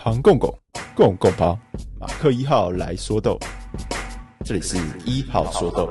庞公公，公公庞，马克一号来说豆，这里是一号说豆。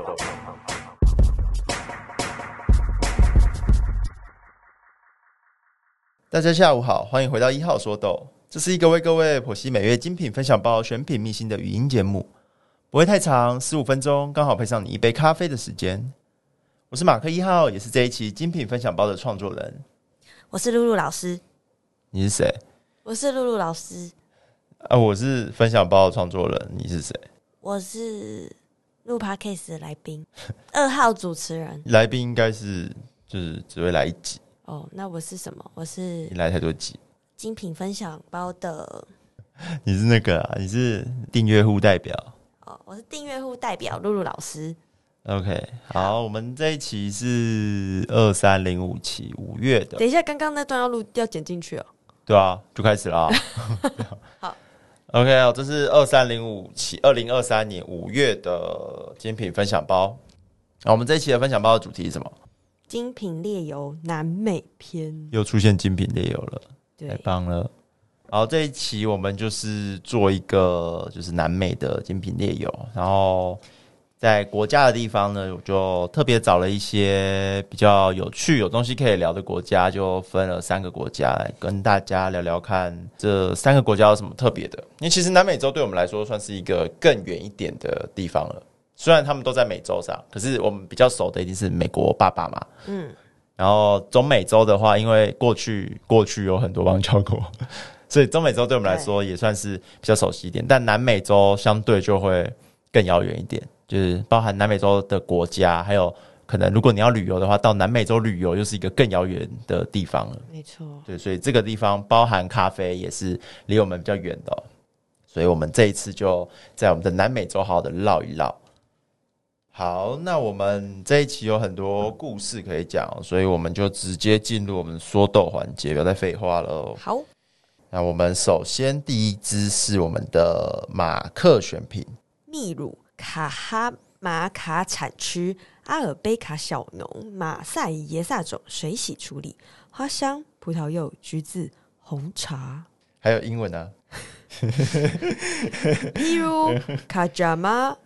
大家下午好，欢迎回到一号说豆，这是一个为各位剖析每月精品分享包选品秘辛的语音节目，不会太长，15分钟，刚好配上你一杯咖啡的时间。我是马克一号，也是这一期精品分享包的创作人。 我是露露老师。 你是谁？ 我是露露老师。 我是分享包的创作人。你是谁？ 我是录 Podcast 的来宾，2号主持人。 来宾应该是就是只会来一集。 哦，那我是什么？我是你来太多集。 精品分享包的。 你是那个啊？你是订阅户代表。 哦，我是订阅户代表露露老师。 OK， 好，我们这一期是2305期5月的。 等一下，刚刚那段要剪进去哦。 对啊，就开始了。 好 ，OK， 这是2305期2023年5月的精品分享包。我们这一期的分享包的主题是什么？ 精品猎游南美篇。 又出现精品猎游了，太对， 棒了。好，这一期我们就是做一个就是南美的精品猎游，然后在国家的地方呢，我就特别找了一些比较有趣、有东西可以聊的国家，就分了3个国家来跟大家聊聊看，这3个国家有什么特别的。因为其实南美洲对我们来说算是一个更远一点的地方了，虽然他们都在美洲上，可是我们比较熟的一定是美国爸爸嘛。然后中美洲的话，因为过去有很多邦交国，所以中美洲对我们来说也算是比较熟悉一点，但南美洲相对就会更遥远一点。就是包含南美洲的国家，还有可能如果你要旅游的话，到南美洲旅游又是一个更遥远的地方了。 没错。 对，所以这个地方包含咖啡也是离我们比较远的所以我们这一次就在我们的南美洲好好的绕一绕。好，那我们这一期有很多故事可以讲，所以我们就直接进入我们说豆环节，不要再废话了。 好， 那我们首先第一支是我们的马克选品， 秘鲁卡哈马卡产区阿尔卑卡小农马赛耶萨种水洗处理，花香、葡萄柚、橘子、红茶， 还有英文呢、 譬如卡扎马、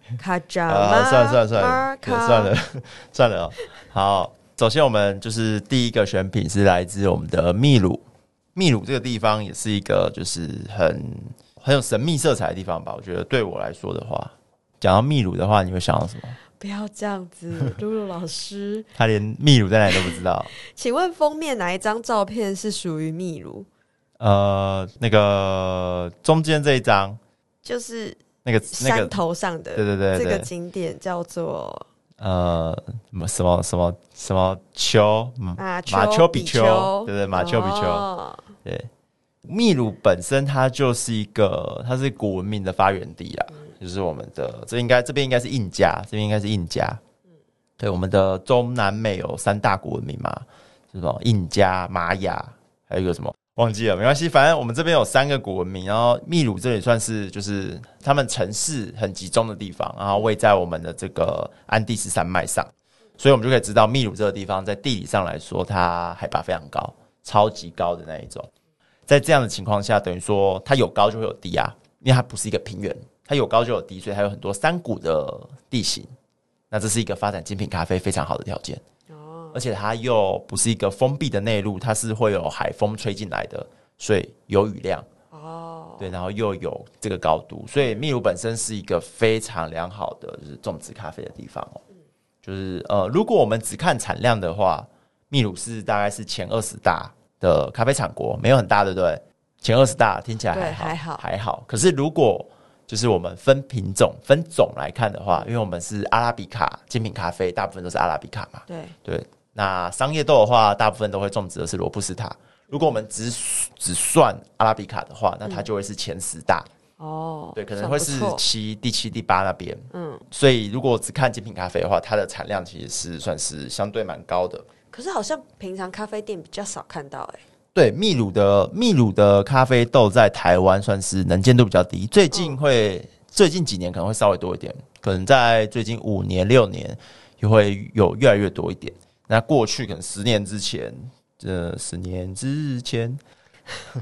算了好，首先我们就是第一个选品是来自我们的秘鲁。秘鲁这个地方也是一个就是很有神秘色彩的地方吧。我觉得对我来说的话，讲到秘鲁的话，你会想到什么？ 不要这样子，露露老师， 他连秘鲁在哪里都不知道。 请问封面哪一张照片是属于秘鲁？ 那个中间这一张， 就是那个山头上的， 对， 这个景点叫做什么丘，马丘比丘，对，马丘比丘，对。秘鲁本身它就是它是古文明的发源地啦，就是我们的这边应该是印加，对，我们的中南美有3大古文明嘛，是什么印加、玛雅，还有一个什么忘记了，没关系，反正我们这边有3个古文明，然后秘鲁这里算是就是他们城市很集中的地方，然后位在我们的这个安第斯山脉上，所以我们就可以知道秘鲁这个地方在地理上来说，它海拔非常高，超级高的那一种。在这样的情况下，等于说它有高就会有低啊，因为它不是一个平原，它有高就有低，所以它有很多山谷的地形。那这是一个发展精品咖啡非常好的条件。而且它又不是一个封闭的内陆，它是会有海风吹进来的，所以有雨量。对，然后又有这个高度，所以秘鲁本身是一个非常良好的就是种植咖啡的地方就是如果我们只看产量的话，秘鲁是大概是前20大的咖啡产国，没有很大，对不对？前20大听起来还好。可是如果就是我们分品种、分种来看的话，因为我们是阿拉比卡精品咖啡，大部分都是阿拉比卡嘛。对。那商业豆的话，大部分都会种植的是罗布斯塔。如果我们只算阿拉比卡的话，那它就会是前10大。对，可能会是第7、第8那边。所以如果只看精品咖啡的话，它的产量其实是算是相对蛮高的。 可是好像平常咖啡店比较少看到对，秘鲁的咖啡豆在台湾算是能见度比较低，最近几年可能会稍微多一点，可能在最近5年6年也会有越来越多一点。那过去可能10年之前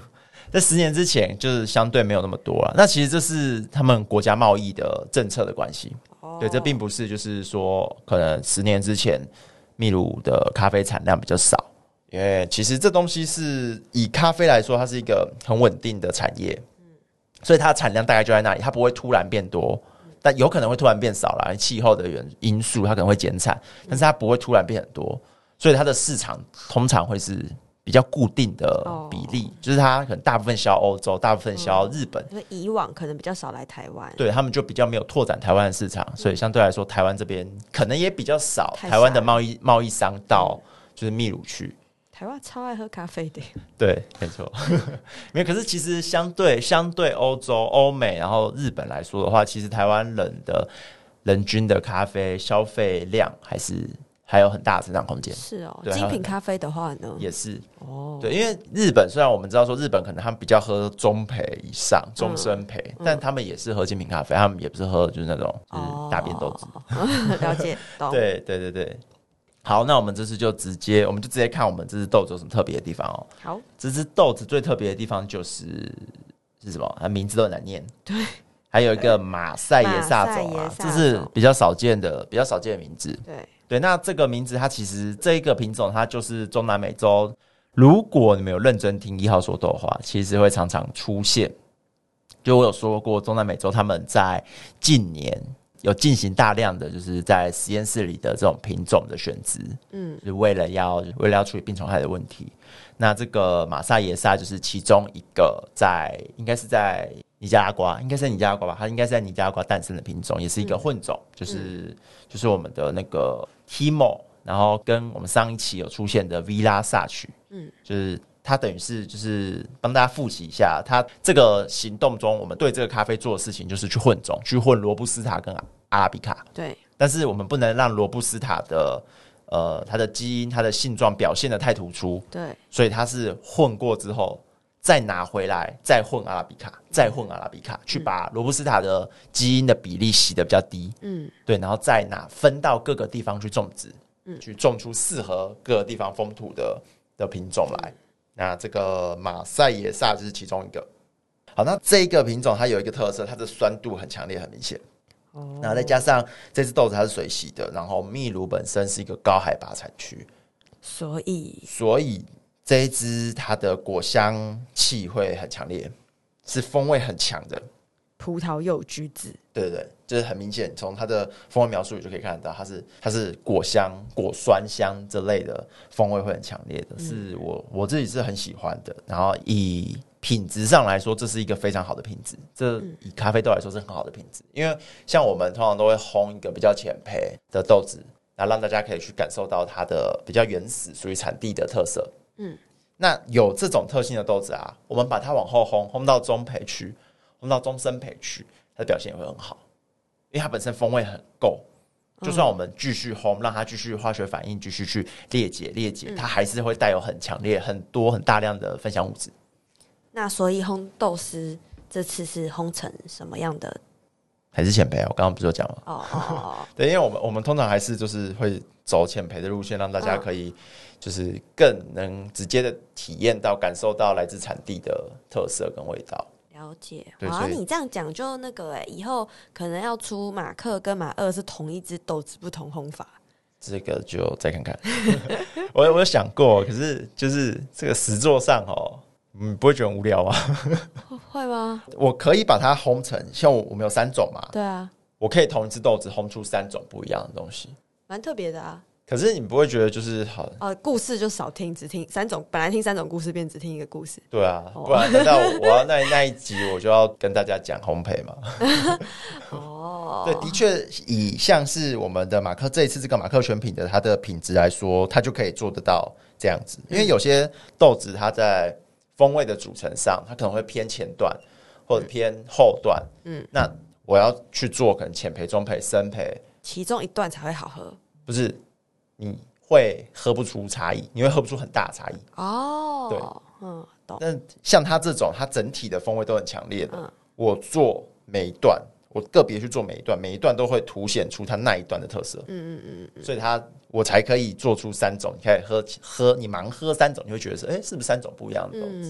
在10年之前就是相对没有那么多了。那其实这是他们国家贸易的政策的关系。对，这并不是就是说可能10年之前秘鲁的咖啡产量比较少，因为其实这东西是以咖啡来说，它是一个很稳定的产业，所以它的产量大概就在那里，它不会突然变多。但有可能会突然变少啦，气候的因素它可能会减产，但是它不会突然变很多，所以它的市场通常会是比较固定的比例，就是它可能大部分销欧洲，大部分销日本， 以往可能比较少来台湾， 对，他们就比较没有拓展台湾的市场，所以相对来说台湾这边可能也比较少台湾的贸易商到就是秘鲁去。 台湾超爱喝咖啡的， 对，没错。没有，可是其实相对欧洲、欧美，然后日本来说的话，其实台湾人的人均的咖啡消费量还有很大的成长空间。 是哦，精品咖啡的话呢， 也是哦。对，因为日本虽然我们知道说日本可能他们比较喝中焙以上、中深焙，但他们也是喝精品咖啡，他们也不是喝就是那种就是大便豆子。 了解，懂。 对对对对。好，那我们这次就直接看我们这只豆子有什么特别的地方哦。 好， 这只豆子最特别的地方是什么？它名字都很难念。 对， 还有一个马赛耶萨种啊，这是比较少见的名字。对，那这个名字它其实这一个品种它就是中南美洲，如果你们有认真听1号说豆的话，其实会常常出现。就我有说过，中南美洲他们在近年有进行大量的就是在实验室里的这种品种的选殖，就是为了要处理病虫害的问题。那这个马萨耶萨就是其中一个应该是在尼加拉瓜吧，它应该是在尼加拉瓜诞生的品种，也是一个混种，就是我们的那个 Timo， 然后跟我们上一期有出现的 Villa 萨曲，就是它等于是就是帮大家复习一下，它这个行动中，我们对这个咖啡做的事情就是去混种，去混罗布斯塔跟阿拉比卡。对，但是我们不能让罗布斯塔的它的基因、它的性状表现得太突出。对，所以它是混过之后再拿回来，再混阿拉比卡，去把罗布斯塔的基因的比例洗得比较低。对，然后再分到各个地方去种植，去种出适合各个地方风土的品种来。那这个马赛耶萨就是其中一个。好，那这一个品种它有一个特色，它的酸度很强烈很明显。然后再加上这只豆子它是水洗的，然后秘鲁本身是一个高海拔产区，所以这一支它的果香气会很强烈，是风味很强的葡萄柚橘子。 对对对，就是很明显，从它的风味描述你就可以看得到，它是果香、果酸香这类的风味会很强烈的，是我自己是很喜欢的。然后以品质上来说，这是一个非常好的品质，这以咖啡豆来说是很好的品质。因为像我们通常都会烘一个比较浅焙的豆子，然后让大家可以去感受到它的比较原始、属于产地的特色。那有这种特性的豆子啊，我们把它往后烘到中焙去，烘到中深焙去，它的表现也会很好，因为它本身风味很够。就算我们继续烘，让它继续化学反应，继续去裂解，它还是会带有很强烈、很大量的芬香物质。 那所以烘豆师这次是烘成什么样的？ 还是浅焙啊？我刚刚不是有讲吗？对，因为我们通常还是就是会走浅焙的路线，让大家可以就是更能直接的体验到、感受到来自产地的特色跟味道。 了解。哇，你这样讲就那个以后可能要出马克跟马二是同一只豆子，不同烘法。 这个就再看看。我有想过，可是就是这个实作上不会觉得很无聊吗？ 会吗？ 我可以把它烘成像我们有3种嘛。 对啊， 我可以同一只豆子烘出3种不一样的东西， 蛮特别的啊。 可是你不会觉得就是好故事就少听，只听3种，本来听3种故事变只听一个故事。 对啊，不然难道我要那一集我就要跟大家讲烘焙吗？对，的确以像是我们的马克这一次这个马克全品的它的品质来说，它就可以做得到这样子。因为有些豆子它在风味的组成上，它可能会偏前段或者偏后段。那我要去做可能浅焙、中焙、深焙， 其中一段才会好喝。 不是，你会喝不出差异，你会喝不出很大的差异。对，懂。但像它这种，它整体的风味都很强烈的，我做每一段，我个别去做每一段都会凸显出它那一段的特色。所以我才可以做出3种，你可以喝，你盲喝3种，你会觉得是不是3种不一样的豆子？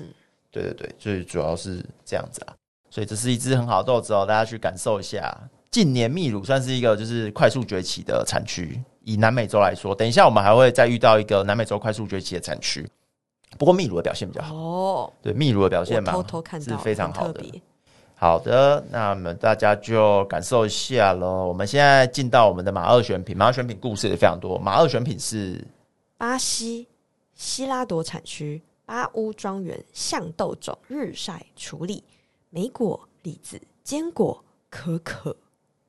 对对对，所以主要是这样子啊。所以这是一支很好的豆子哦，大家去感受一下。近年秘鲁算是一个就是快速崛起的产区，以南美洲来说，等一下我们还会再遇到一个南美洲快速崛起的产区。不过秘鲁的表现比较好哦，对，秘鲁的表现偷偷看到是非常好的。好的，那我们大家就感受一下咯。我们现在进到我们的马二选品，马二选品故事也非常多。马二选品是巴西西拉朵产区巴乌庄园象豆种日晒处理，莓果、李子、坚果、可可。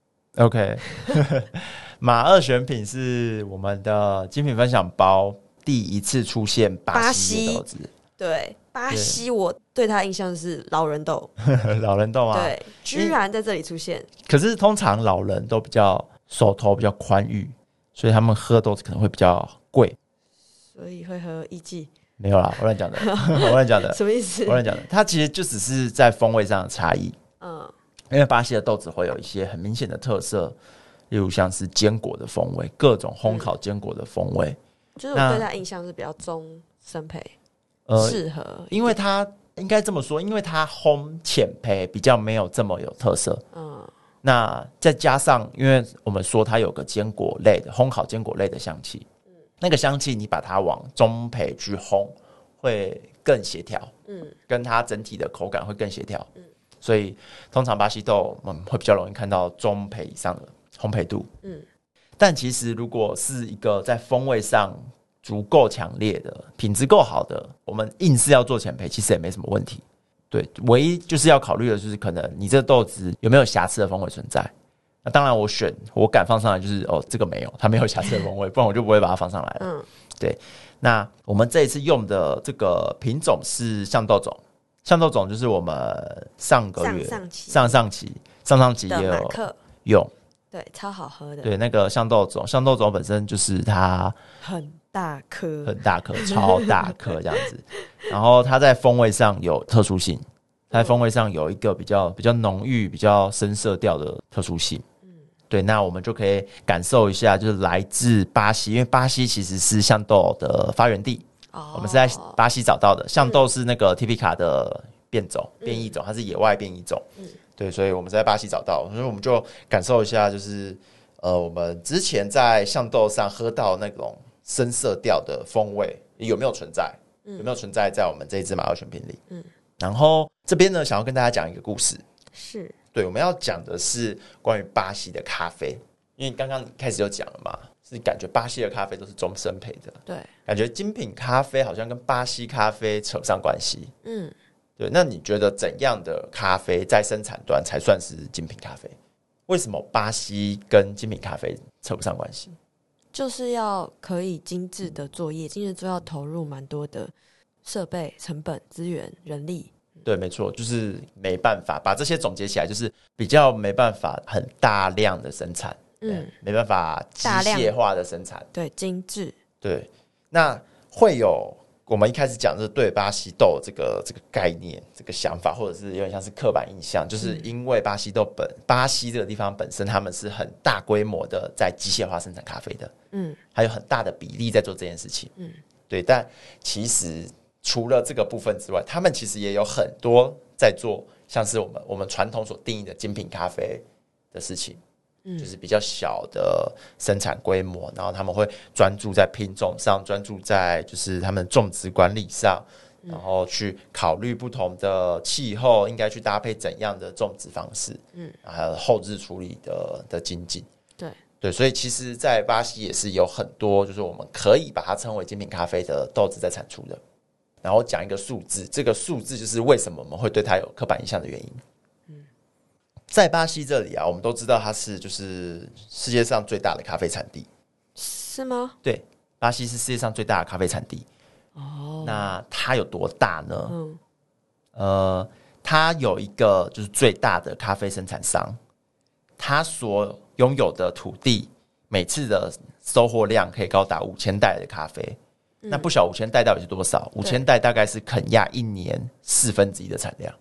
OK， 马二选品是我们的精品分享包第一次出现巴西的豆子。 对，巴西我对他印象是老人豆， 老人豆啊， 对，居然在这里出现。 可是通常老人都比较手头比较宽裕，所以他们喝豆子可能会比较贵， 所以会喝一季。 没有啦，我乱讲的，我乱讲的， 什么意思？ 我乱讲的，它其实就只是在风味上的差异。因为巴西的豆子会有一些很明显的特色，例如像是坚果的风味，各种烘烤坚果的风味。 就是我对它印象是比较中深焙，适合， 因为它应该这么说，因为它烘浅焙比较没有这么有特色。那再加上，因为我们说它有个坚果类的烘烤坚果类的香气，那个香气你把它往中焙去烘，会更协调，跟它整体的口感会更协调。所以通常巴西豆我们会比较容易看到中焙以上的烘焙度，但其实如果是一个在风味上足够强烈的、品质够好的，我们硬是要做浅焙，其实也没什么问题。对，唯一就是要考虑的就是可能你这豆子有没有瑕疵的风味存在。那当然我敢放上来就是这个没有，它没有瑕疵的风味，不然我就不会把它放上来了。对。那我们这一次用的这个品种是象豆种。象豆种就是我们上个月上上期也有用， 对，超好喝的。 对，那个象豆种本身就是它很大颗， 超大颗这样子。然后它在风味上有特殊性，它在风味上有一个比较浓郁、比较深色调的特殊性。对，那我们就可以感受一下，就是来自巴西，因为巴西其实是象豆的发源地。我们是在巴西找到的，象豆是那个 Typica 的变异种，它是野外变异种。对，所以我们是在巴西找到，所以我们就感受一下，就是我们之前在象豆上喝到那种深色调的风味有没有存在，有没有存在在我们这一支马二选品里。然后这边呢，想要跟大家讲一个故事， 是对，我们要讲的是关于巴西的咖啡，因为刚刚你开始就讲了嘛。是感觉巴西的咖啡都是中深焙的， 对， 感觉精品咖啡好像跟巴西咖啡扯不上关系。对，那你觉得怎样的咖啡在生产端才算是精品咖啡？为什么巴西跟精品咖啡扯不上关系？ 就是要可以精致的作业，精致就要投入蛮多的设备、成本、资源、人力。 对，没错，就是没办法把这些总结起来，就是比较没办法很大量的生产。没办法机械化的生产， 对，精致， 对。那会有我们一开始讲的对巴西豆这个概念、这个想法，或者是有点像是刻板印象，就是因为巴西这个地方本身他们是很大规模的在机械化生产咖啡的，还有很大的比例在做这件事情，对。但其实除了这个部分之外，他们其实也有很多在做像是我们传统所定义的精品咖啡的事情。就是比较小的生产规模，然后他们会专注在品种上，专注在就是他们种植管理上，然后去考虑不同的气候应该去搭配怎样的种植方式，还有后置处理的精进。对，所以其实在巴西也是有很多就是我们可以把它称为精品咖啡的豆子在产出的。然后讲一个数字，这个数字就是为什么我们会对它有刻板印象的原因。在巴西这里啊，我们都知道它是就是世界上最大的咖啡产地， 是吗？ 对，巴西是世界上最大的咖啡产地。那它有多大呢？它有一个就是最大的咖啡生产商，它所拥有的土地每次的收获量可以高达5000袋的咖啡。那不晓5000袋到底是多少？5000袋大概是肯亚1年1/4的产量。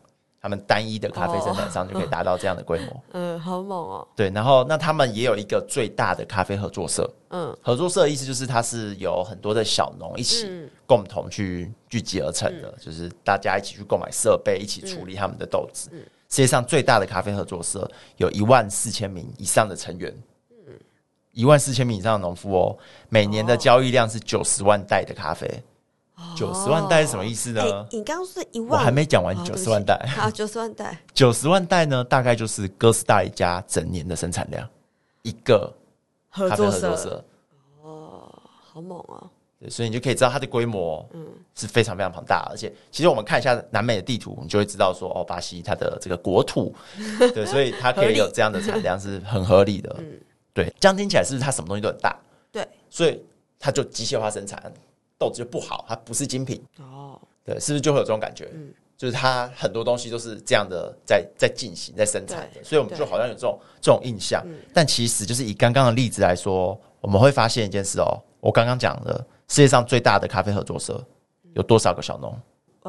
他们单一的咖啡生产商就可以达到这样的规模。 好猛哦。 对，然后那他们也有一个最大的咖啡合作社。合作社的意思就是它是有很多的小农一起共同去聚集而成的，就是大家一起去购买设备，一起处理他们的豆子。世界上最大的咖啡合作社有14000名以上的成员。14000名以上的农夫哦，每年的交易量是90万袋的咖啡。90万袋是什么意思呢？ 你刚刚是1万， 我还没讲完90万袋。 好，90万袋 ，90万袋呢，大概就是哥斯达黎加整年的生产量，一个咖啡合作社。 好猛哦！ 对，所以你就可以知道它的规模是非常非常庞大，而且其实我们看一下南美的地图，你就会知道说，巴西它的这个国土，对，所以它可以有这样的产量是很合理的。对，这样听起来是不是它什么东西都很大？对，所以它就机械化生产，豆子就不好，它不是精品。对，是不是就会有这种感觉？就是它很多东西都是这样的在进行在生产的，所以我们就好像有这种印象。但其实就是以刚刚的例子来说，我们会发现一件事哦，我刚刚讲的世界上最大的咖啡合作社有多少个小农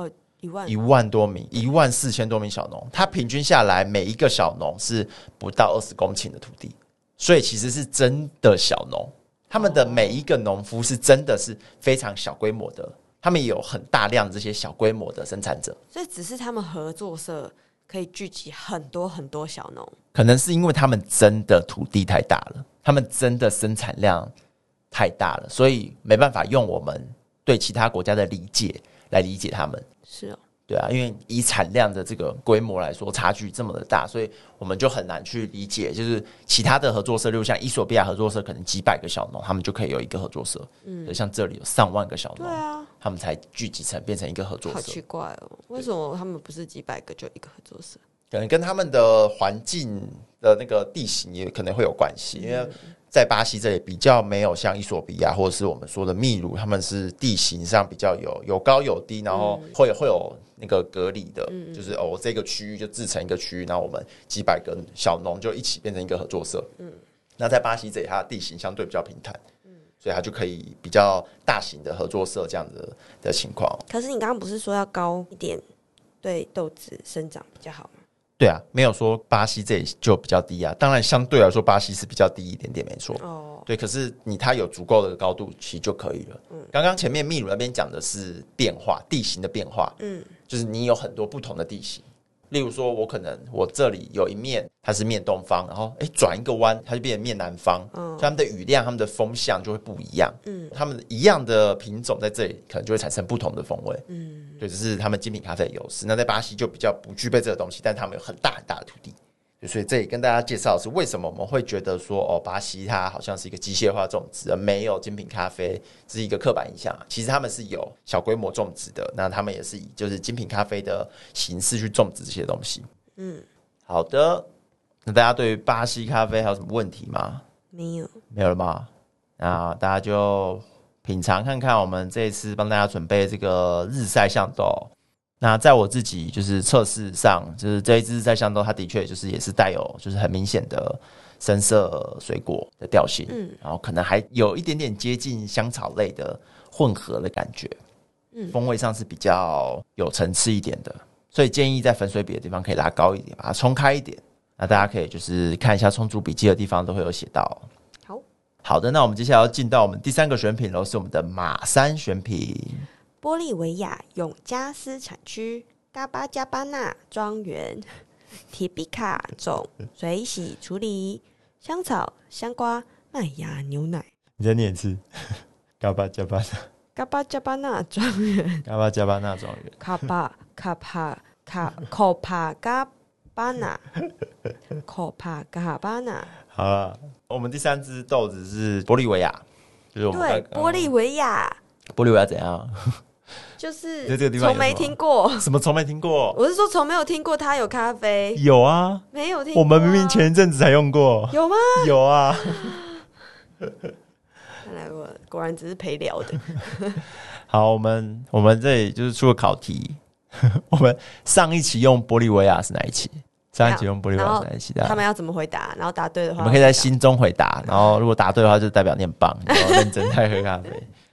？1万多名，14000多名小农，它平均下来每一个小农是不到20公顷的土地。所以其实是真的小农，他们的每一个农夫是真的是非常小规模的，他们也有很大量这些小规模的生产者。 所以只是他们合作社可以聚集很多很多小农， 可能是因为他们真的土地太大了，他们真的生产量太大了，所以没办法用我们对其他国家的理解来理解他们。 是哦。 对啊，因为以产量的这个规模来说，差距这么的大，所以我们就很难去理解。就是其他的合作社，例如像伊索比亚合作社，可能几百个小农，他们就可以有一个合作社。像这里有上万个小农，他们才聚集变成一个合作社。 好奇怪哦，为什么他们不是几百个就一个合作社？ 可能跟他们的环境的那个地形也可能会有关系，因为在巴西这里比较没有像伊索比亚或者是我们说的秘鲁，他们是地形上比较有高有低，然后会有那个隔离的，就是这个区域就自成一个区域，然后我们几百个小农就一起变成一个合作社。那在巴西这里，它的地形相对比较平坦，所以它就可以比较大型的合作社这样的情况。 可是你刚刚不是说要高一点，对豆子生长比较好吗？ 对啊，没有说巴西这里就比较低啊。当然，相对来说，巴西是比较低一点点，没错。对，可是它有足够的高度，其实就可以了。刚刚前面秘鲁那边讲的是变化，地形的变化。就是你有很多不同的地形。例如说，我这里有一面它是面东方，然后转一个弯，它就变成面南方。所以他们的雨量、他们的风向就会不一样。他们一样的品种在这里可能就会产生不同的风味。对，这是他们精品咖啡的优势。那在巴西就比较不具备这个东西，但他们有很大很大的土地。所以这里跟大家介绍的是为什么我们会觉得说巴西它好像是一个机械化种植，而没有精品咖啡，是一个刻板印象。其实他们是有小规模种植的，那他们也是以就是精品咖啡的形式去种植这些东西。好的，那大家对于巴西咖啡还有什么问题吗？没有了吗？那大家就品尝看看我们这一次帮大家准备这个日晒象豆。那在我自己就是测试上，就是这一支日晒象豆，它的确就是也是带有就是很明显的深色水果的调性，然后可能还有一点点接近香草类的混合的感觉，风味上是比较有层次一点的，所以建议在粉水比的地方可以拉高一点，把它冲开一点。那大家可以就是看一下充足笔记的地方都会有写到。好的，那我们接下来要进到我们第3个选品喽，是我们的马山选品。 玻利维亚永加斯产区嘎巴加巴纳庄园，提比卡种水洗处理，香草、香瓜、麦芽牛奶。 你再念一次，嘎巴加巴纳。 嘎巴加巴纳庄园， 嘎巴加巴纳庄园， 卡帕嘎巴纳，科帕嘎巴纳。 好了，我们第3支豆子是玻利维亚，就是我们对玻利维亚。 玻利维亚怎样？ 就是从没听过。 什么从没听过？ 我是说从没有听过它有咖啡。 有啊， 没有听过、 我们明明前一阵子才用过。 有吗？ 有啊。 看来我果然只是陪聊的。 好，我们这里就是出了考题。我们上一期用玻利维亚是哪一期？上一期用玻利维亚是哪一期的？ 他们要怎么回答？然后答对的话， 我们可以在心中回答，然后如果答对的话，就代表你很棒，你要认真在喝咖啡。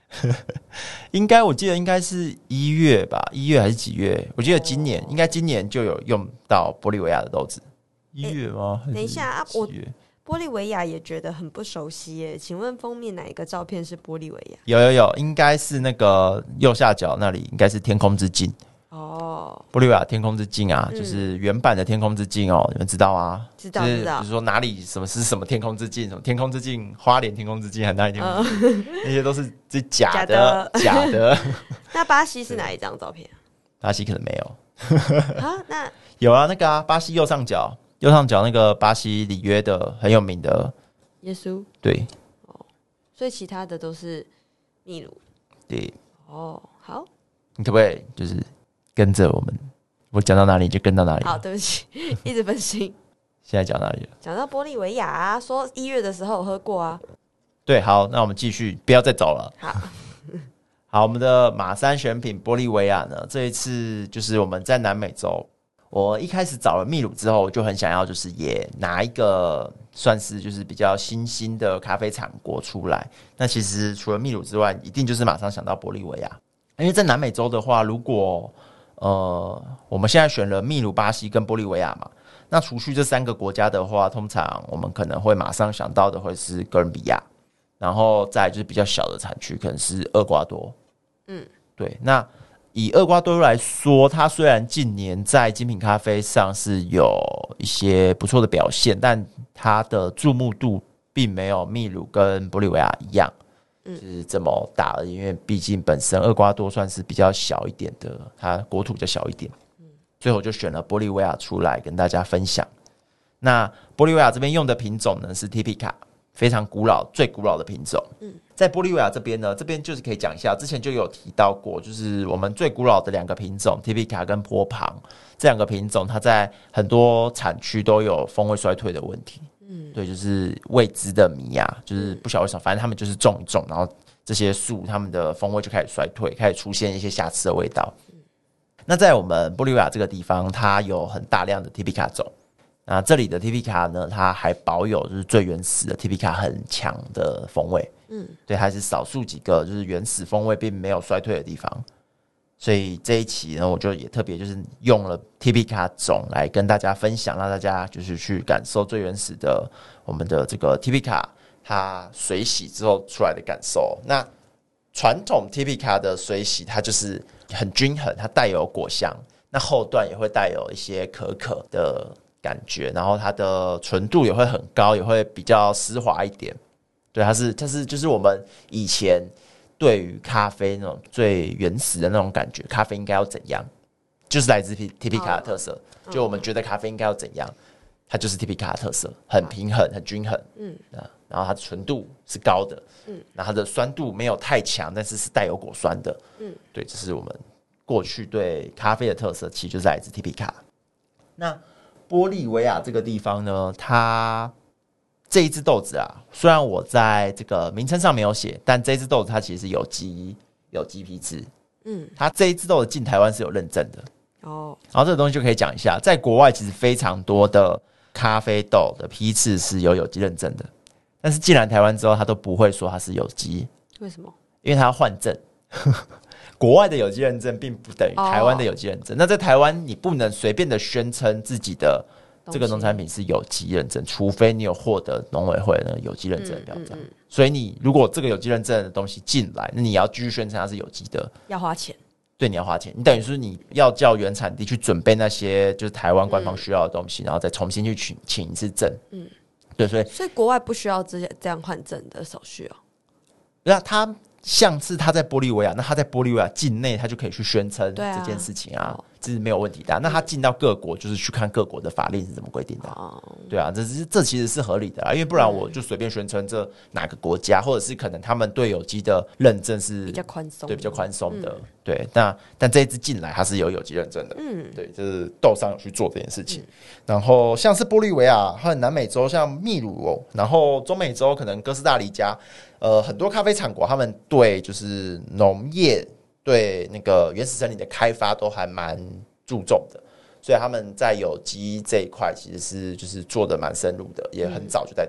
我记得应该是1月吧，1月还是几月？我记得今年就有用到玻利维亚的豆子。1月吗？ 等一下啊，我玻利维亚也觉得很不熟悉耶。请问封面哪一个照片是玻利维亚？ 有，应该是那个右下角那里，应该是天空之镜。玻利维亚天空之镜啊，就是原版的天空之镜哦，你们知道吗？ 知道。比如说哪里什么天空之镜，什么天空之镜，花莲天空之镜，还哪里天空之镜，那些都是假的。 那巴西是哪一张照片？ 巴西可能没有啊，那有啊，那个啊，巴西右上角那个巴西里约的很有名的耶稣。 对， 所以其他的都是秘鲁。 对， 好， 你可不可以就是跟着我讲到哪里就跟到哪里。 好，对不起，一直分心。 现在讲哪里了？ 讲到玻利维亚啊，说1月的时候我喝过啊。 对，好，那我们继续，不要再走了。好，我们的马3选品玻利维亚呢，这一次就是我们在南美洲。我一开始找了秘鲁之后，我就很想要就是也拿一个算是就是比较新兴的咖啡产国出来。那其实除了秘鲁之外，一定就是马上想到玻利维亚，因为在南美洲的话，如果我们现在选了秘鲁、巴西跟玻利维亚嘛，那除去这3个国家的话，通常我们可能会马上想到的会是哥伦比亚，然后再来就是比较小的产区可能是厄瓜多。对，那以厄瓜多来说，它虽然近年在精品咖啡上是有一些不错的表现，但它的注目度并没有秘鲁跟玻利维亚一样，就是这么大，因为毕竟本身厄瓜多算是比较小一点的，它国土比较小一点，所以我就选了玻利维亚出来跟大家分享。那玻利维亚这边用的品种呢是 Typica， 非常古老、最古老的品种。在玻利维亚这边呢，这边就是可以讲一下，之前就有提到过，就是我们最古老的2个品种 Typica 跟波旁这2个品种，它在很多产区都有风味衰退的问题。对，就是未知的谜啊，就是不晓得为什么，反正他们就是种一种，然后这些树它们的风味就开始衰退，开始出现一些瑕疵的味道。那在我们玻利维亚这个地方，它有很大量的 Typica 种。那这里的 Typica 呢，它还保有就是最原始的 Typica 很强的风味。对，还是少数几个就是原始风味并没有衰退的地方。所以这一期呢，我就也特别就是用了 Typica 种来跟大家分享，让大家就是去感受最原始的我们的这个 Typica 它水洗之后出来的感受。那传统 Typica 的水洗它就是很均衡，它带有果香，那后段也会带有一些可可的感觉，然后它的纯度也会很高，也会比较丝滑一点。对，它是就是我们以前对于咖啡那种最原始的那种感觉，咖啡应该要怎样，就是来自 Typica 的特色。就我们觉得咖啡应该要怎样，它就是 Typica 的特色，很平衡，很均衡。然后它的纯度是高的，然后它的酸度没有太强，但是是带有果酸的。对，这是我们过去对咖啡的特色，其实就是来自 Typica。那玻利维亚这个地方呢，它这一支豆子啊，虽然我在这个名称上没有写，但这一支豆子它其实是有机批次。它这一支豆子进台湾是有认证的。然后这个东西就可以讲一下，在国外其实非常多的咖啡豆的批次是有机认证的，但是进来台湾之后，它都不会说它是有机。 为什么？ 因为它要换证。国外的有机认证并不等于台湾的有机认证。那在台湾，你不能随便的宣称自己的这个农产品是有机认证，除非你有获得农委会的有机认证的标章。所以你如果这个有机认证的东西进来，那你要继续宣称它是有机的， 要花钱。 对，你要花钱，你等于是你要叫原产地去准备那些就是台湾官方需要的东西，然后再重新去请一次证。对，所以国外不需要这样换证的手续哦。 那他像是他在玻利维亚，那他在玻利维亚境内，他就可以去宣称这件事情啊，这是没有问题的。那他进到各国，就是去看各国的法令是怎么规定的。对啊，这其实是合理的啦，因为不然我就随便宣称这哪个国家，或者是可能他们对有机的认证是比较宽松， 对，比较宽松的。对，但这一支进来它是有机认证的。对，就是豆商有去做这件事情。然后像是玻利维亚和南美洲，像秘鲁然后中美洲可能哥斯达黎加。很多咖啡产国他们对就是农业对那个原始森林的开发都还蛮注重的，所以他们在有机这一块其实是就是做的蛮深入的，也很早就在推。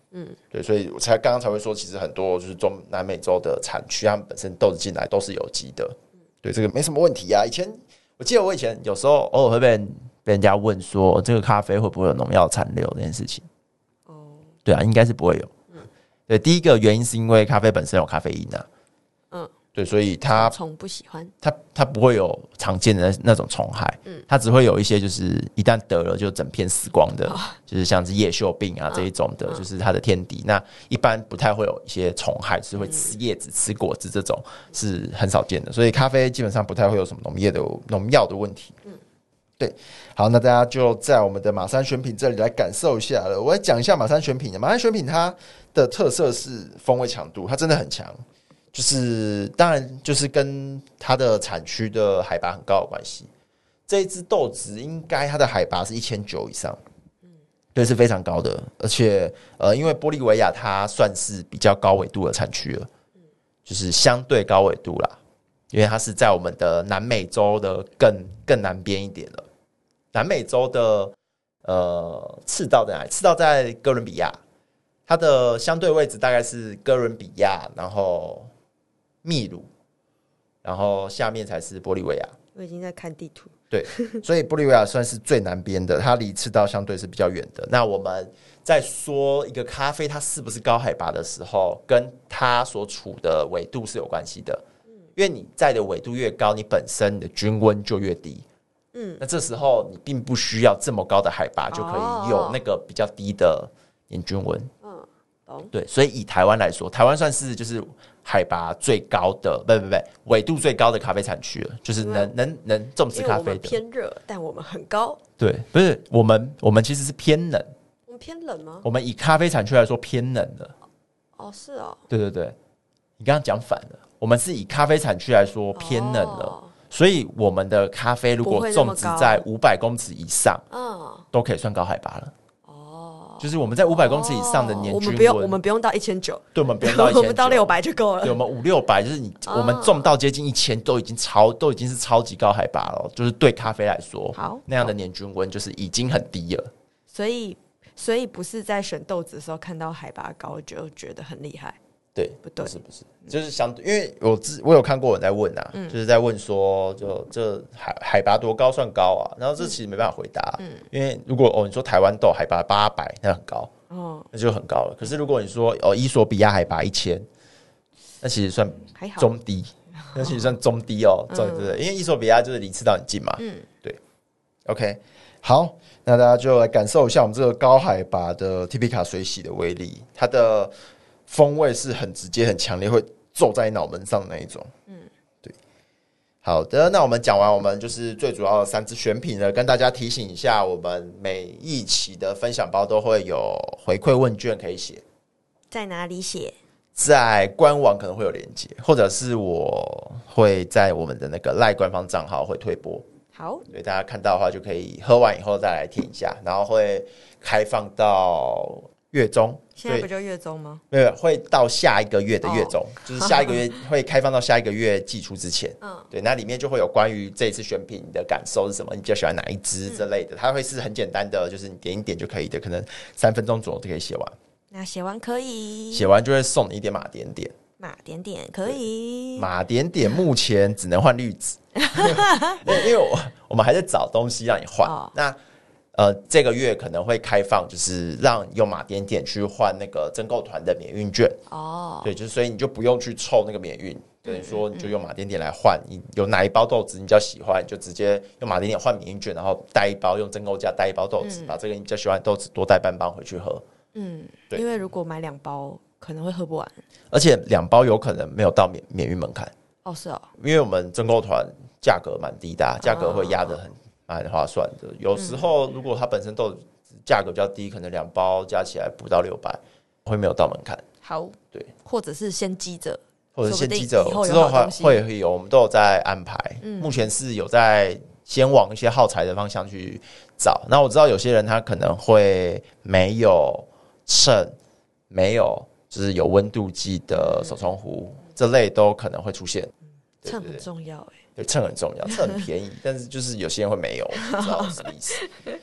对，所以我刚刚才会说，其实很多就是中南美洲的产区，他们本身豆子进来都是有机的，对，这个没什么问题啊。我记得我以前有时候偶尔会被人家问说，这个咖啡会不会有农药残留这件事情？对啊，应该是不会有。对，第一个原因是因为咖啡本身有咖啡因啊。对，所以虫不喜欢它不会有常见的那种虫害，它只会有一些就是一旦得了就整片死光的，就是像是叶锈病啊这一种的，就是它的天敌。那一般不太会有一些虫害，是会吃叶子、吃果子这种是很少见的，所以咖啡基本上不太会有什么农药的问题。对，好，那大家就在我们的马山选品这里来感受一下了。我来讲一下马山选品。马山选品它的特色是风味强度，它真的很强。就是当然就是跟它的产区的海拔很高有关系。这一支豆子应该它的海拔是1900以上，对，是非常高的。而且因为玻利维亚它算是比较高纬度的产区了，就是相对高纬度啦，因为它是在我们的南美洲的更南边一点了。南美洲的赤道在哪里？赤道在哥伦比亚，它的相对位置大概是哥伦比亚，然后秘鲁，然后下面才是玻利维亚。 我已经在看地图。 对，所以玻利维亚算是最南边的，它离赤道相对是比较远的。那我们在说一个咖啡它是不是高海拔的时候，跟它所处的纬度是有关系的。因为你在的纬度越高，你本身的均温就越低。那这时候你并不需要这么高的海拔就可以有那个比较低的年均温。对，所以以台湾来说，台湾算是就是海拔最高的，不，纬度最高的咖啡产区了，就是能种植咖啡的。 因为我们偏热，但我们很高。 对，不是我们其实是偏冷。 我们偏冷吗？ 我们以咖啡产区来说偏冷的。 是哦。对， 你刚刚讲反了，我们是以咖啡产区来说偏冷了。所以我们的咖啡如果种植在500公尺以上，都可以算高海拔了。就是我们在500公尺以上的年均温， 我们不用到1900， 对，我们不用到1900， 我们到600就够了。 对，我们500-600，就是我们种到接近1000，都已经是超级高海拔了。就是对咖啡来说，那样的年均温就是已经很低了。 所以不是在选豆子的时候看到海拔高就觉得很厉害。 对， 不对， 不是，就是因为我有看过人在问啊，就是在问说，就这海拔多高算高啊？然后这其实没办法回答，因为如果你说台湾豆海拔800，那很高，那就很高了。可是如果你说伊索比亚海拔1000，那其实算中低，那其实算中低哦，对，因为伊索比亚就是离赤道很近嘛，对 ，OK， 好，那大家就来感受一下我们这个高海拔的 Typica 水洗的威力，它的风味是很直接、很强烈，会皱在脑门上的那一种。对。好的，那我们讲完我们就是最主要的3支选品了，跟大家提醒一下，我们每一期的分享包都会有回馈问卷可以写。 在哪里写？ 在官网可能会有连结，或者是我会在我们的那个LINE官方账号会推播。 好， 对，大家看到的话就可以喝完以后再来填一下，然后会开放到月中。 现在不就月中吗？ 没有，会到下一个月的月中，就是下一个月会开放到下一个月寄出之前。对，那里面就会有关于这一次选品的感受是什么，你比较喜欢哪一支之类的，它会是很简单的，就是你点一点就可以的，可能3分钟左右就可以写完。 那写完可以， 写完就会送你一点马点点。 马点点可以， 马点点目前只能换绿纸，因为我们还在找东西让你换。那这个月可能会开放，就是让用马点点去换那个增购团的免运券。对，就是所以你就不用去凑那个免运，等于说你就用马点点来换。你有哪一包豆子你比较喜欢，你就直接用马点点换免运券，然后带一包，用增购价带一包豆子，把这个你比较喜欢的豆子多带半包回去喝。 对，因为如果买2包可能会喝不完， 而且2包有可能没有到免运门槛。 是哦， 因为我们增购团价格蛮低的，价格会压得蛮划算的。有时候如果它本身豆子价格比较低，可能2包加起来不到600，会没有到门槛。 好， 对， 或者是先积着， 之后会有，我们都有在安排。目前是有在先往一些耗材的方向去找。那我知道有些人他可能会没有秤，没有就是有温度计的手冲壶，这类都可能会出现。 秤很重要， 对，秤很重要，秤很便宜，但是就是有些人会没有，不知道什么意思。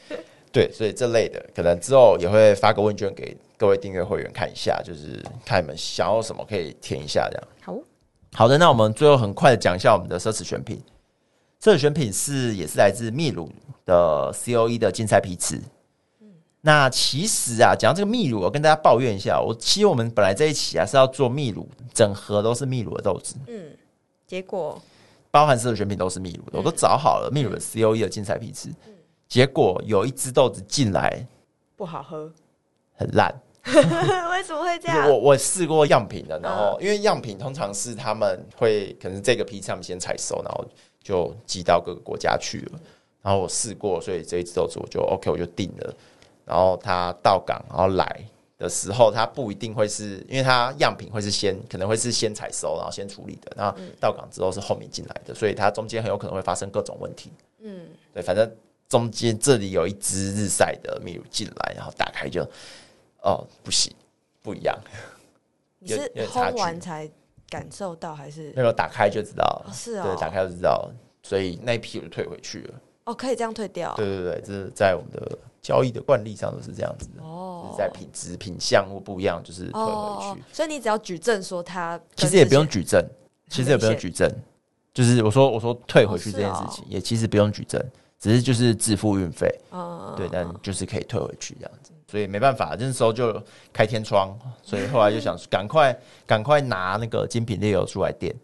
对，所以这类的可能之后也会发个问卷给各位订阅会员看一下，就是看你们想要什么可以填一下这样。好的，那我们最后很快的讲一下我们的奢侈选品。奢侈选品也是来自秘鲁的 COE 的竞赛批次。那其实啊，讲到这个秘鲁，我跟大家抱怨一下，其实我们本来这一期啊是要做秘鲁，整盒都是秘鲁的豆子， 结果包含奢侈选品都是秘鲁的，我都找好了秘鲁的 COE 的竞赛批次，结果有一支豆子进来不好喝， 很烂。 为什么会这样？ 我试过样品的，然后因为样品通常是他们会可能这个批次他们先采收，然后就寄到各个国家去了。然后我试过，所以这一支豆子我就 OK， 我就定了。然后它到港，然后来的时候，它不一定会是，因为它样品会是可能会是先采收，然后先处理的。然后到港之后是后面进来的，所以它中间很有可能会发生各种问题。对，反正中间这里有一支日晒的秘鲁进来，然后打开就不行，不一样。 你是烘完才感受到，还是那个打开就知道了？ 是啊， 对，打开就知道了。所以那一批我就退回去了。 可以这样退掉？ 对，这是在我们的交易的惯例上都是这样子的。就是在品质、品相或不一样，就是退回去。 所以你只要举证说它， 其实也不用举证，就是我说退回去这件事情，也其实不用举证，只是就是自付运费。对，但就是可以退回去这样子。所以没办法，那时候就开天窗，所以后来就想赶快拿那个精品猎油出来垫。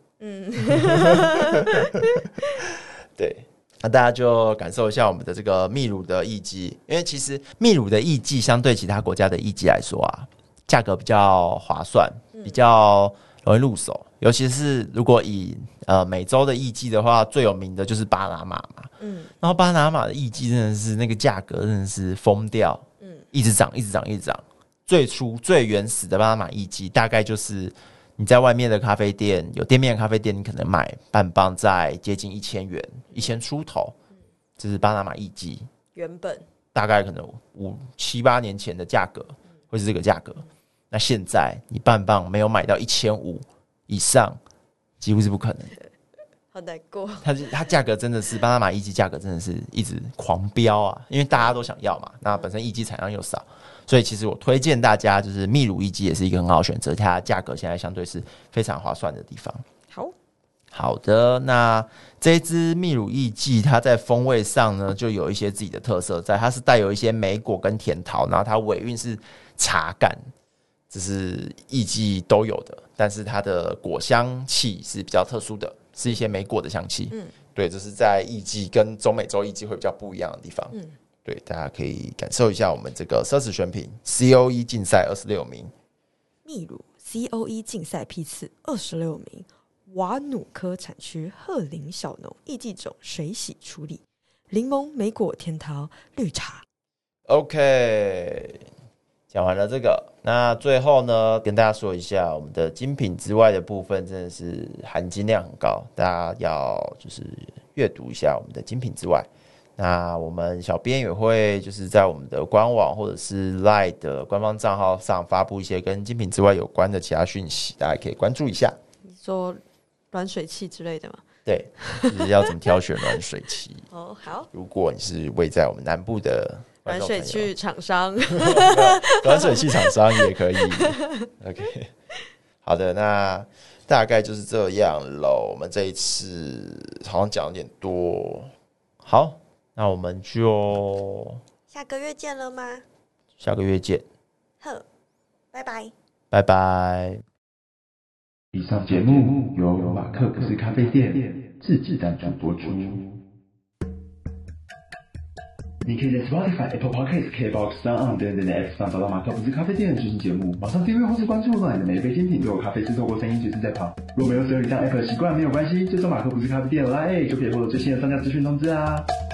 对。那大家就感受一下我们的这个秘鲁的艺伎，因为其实秘鲁的艺伎相对其他国家的艺伎来说啊，价格比较划算，比较容易入手。尤其是如果以美洲的艺伎的话，最有名的就是巴拿马嘛。然后巴拿马的艺伎真的是那个价格真的是疯掉，一直涨。最初最原始的巴拿马艺伎大概就是你在外面的咖啡店，有店面的咖啡店，你可能买半磅在接近1000元，1000出头，这是巴拿马艺伎原本大概可能5、7、8年前的价格会是这个价格。那现在你半磅没有买到1500以上，几乎是不可能的。 好难过， 它价格真的是巴拿马艺伎价格真的是一直狂飙啊，因为大家都想要嘛，那本身艺伎产量又少。所以其实我推荐大家，就是秘鲁艺伎也是一个很好的选择，它价格现在相对是非常划算的地方。好的，那这一支秘鲁艺伎，它在风味上呢，就有一些自己的特色在，它是带有一些莓果跟甜桃，然后它尾韵是茶感，这是艺伎都有的，但是它的果香气是比较特殊的，是一些莓果的香气。对，这是在艺伎跟中美洲艺伎会比较不一样的地方。对，大家可以感受一下我们这个奢侈选品 COE 竞赛26名， 秘鲁 COE 竞赛批次26名，瓦努科产区鹤林小农艺伎种水洗处理，柠檬、莓果、甜桃、绿茶。 OK， 讲完了这个，那最后呢，跟大家说一下，我们的精品之外的部分真的是含金量很高，大家要就是阅读一下我们的精品之外。那我们小编也会就是在我们的官网或者是 LINE 的官方账号上发布一些跟精品之外有关的其他讯息，大家可以关注一下。 你说软水器之类的吗？ 对，就是要怎么挑选软水器。 好。 如果你是位在我们南部的软水器厂商， 软水器厂商也可以。OK， 好的，那大概就是这样咯。我们这一次好像讲有点多，好。那我们就下个月见了吗？ 下个月见。 呵，拜拜。 拜拜。 以上节目由马克不是咖啡店自制赞助播出。你可以在 Spotify、Apple Podcasts、KBox、SoundOn 等等的 App 上找到马克不是咖啡店的最新节目。马上订阅或是关注，让你的每一杯精品都有咖啡师透过声音随时在旁。如果没有使用以上 App 的习惯没有关系，追踪马克不是咖啡店的 LINE 就可以获得最新的上架资讯通知啊。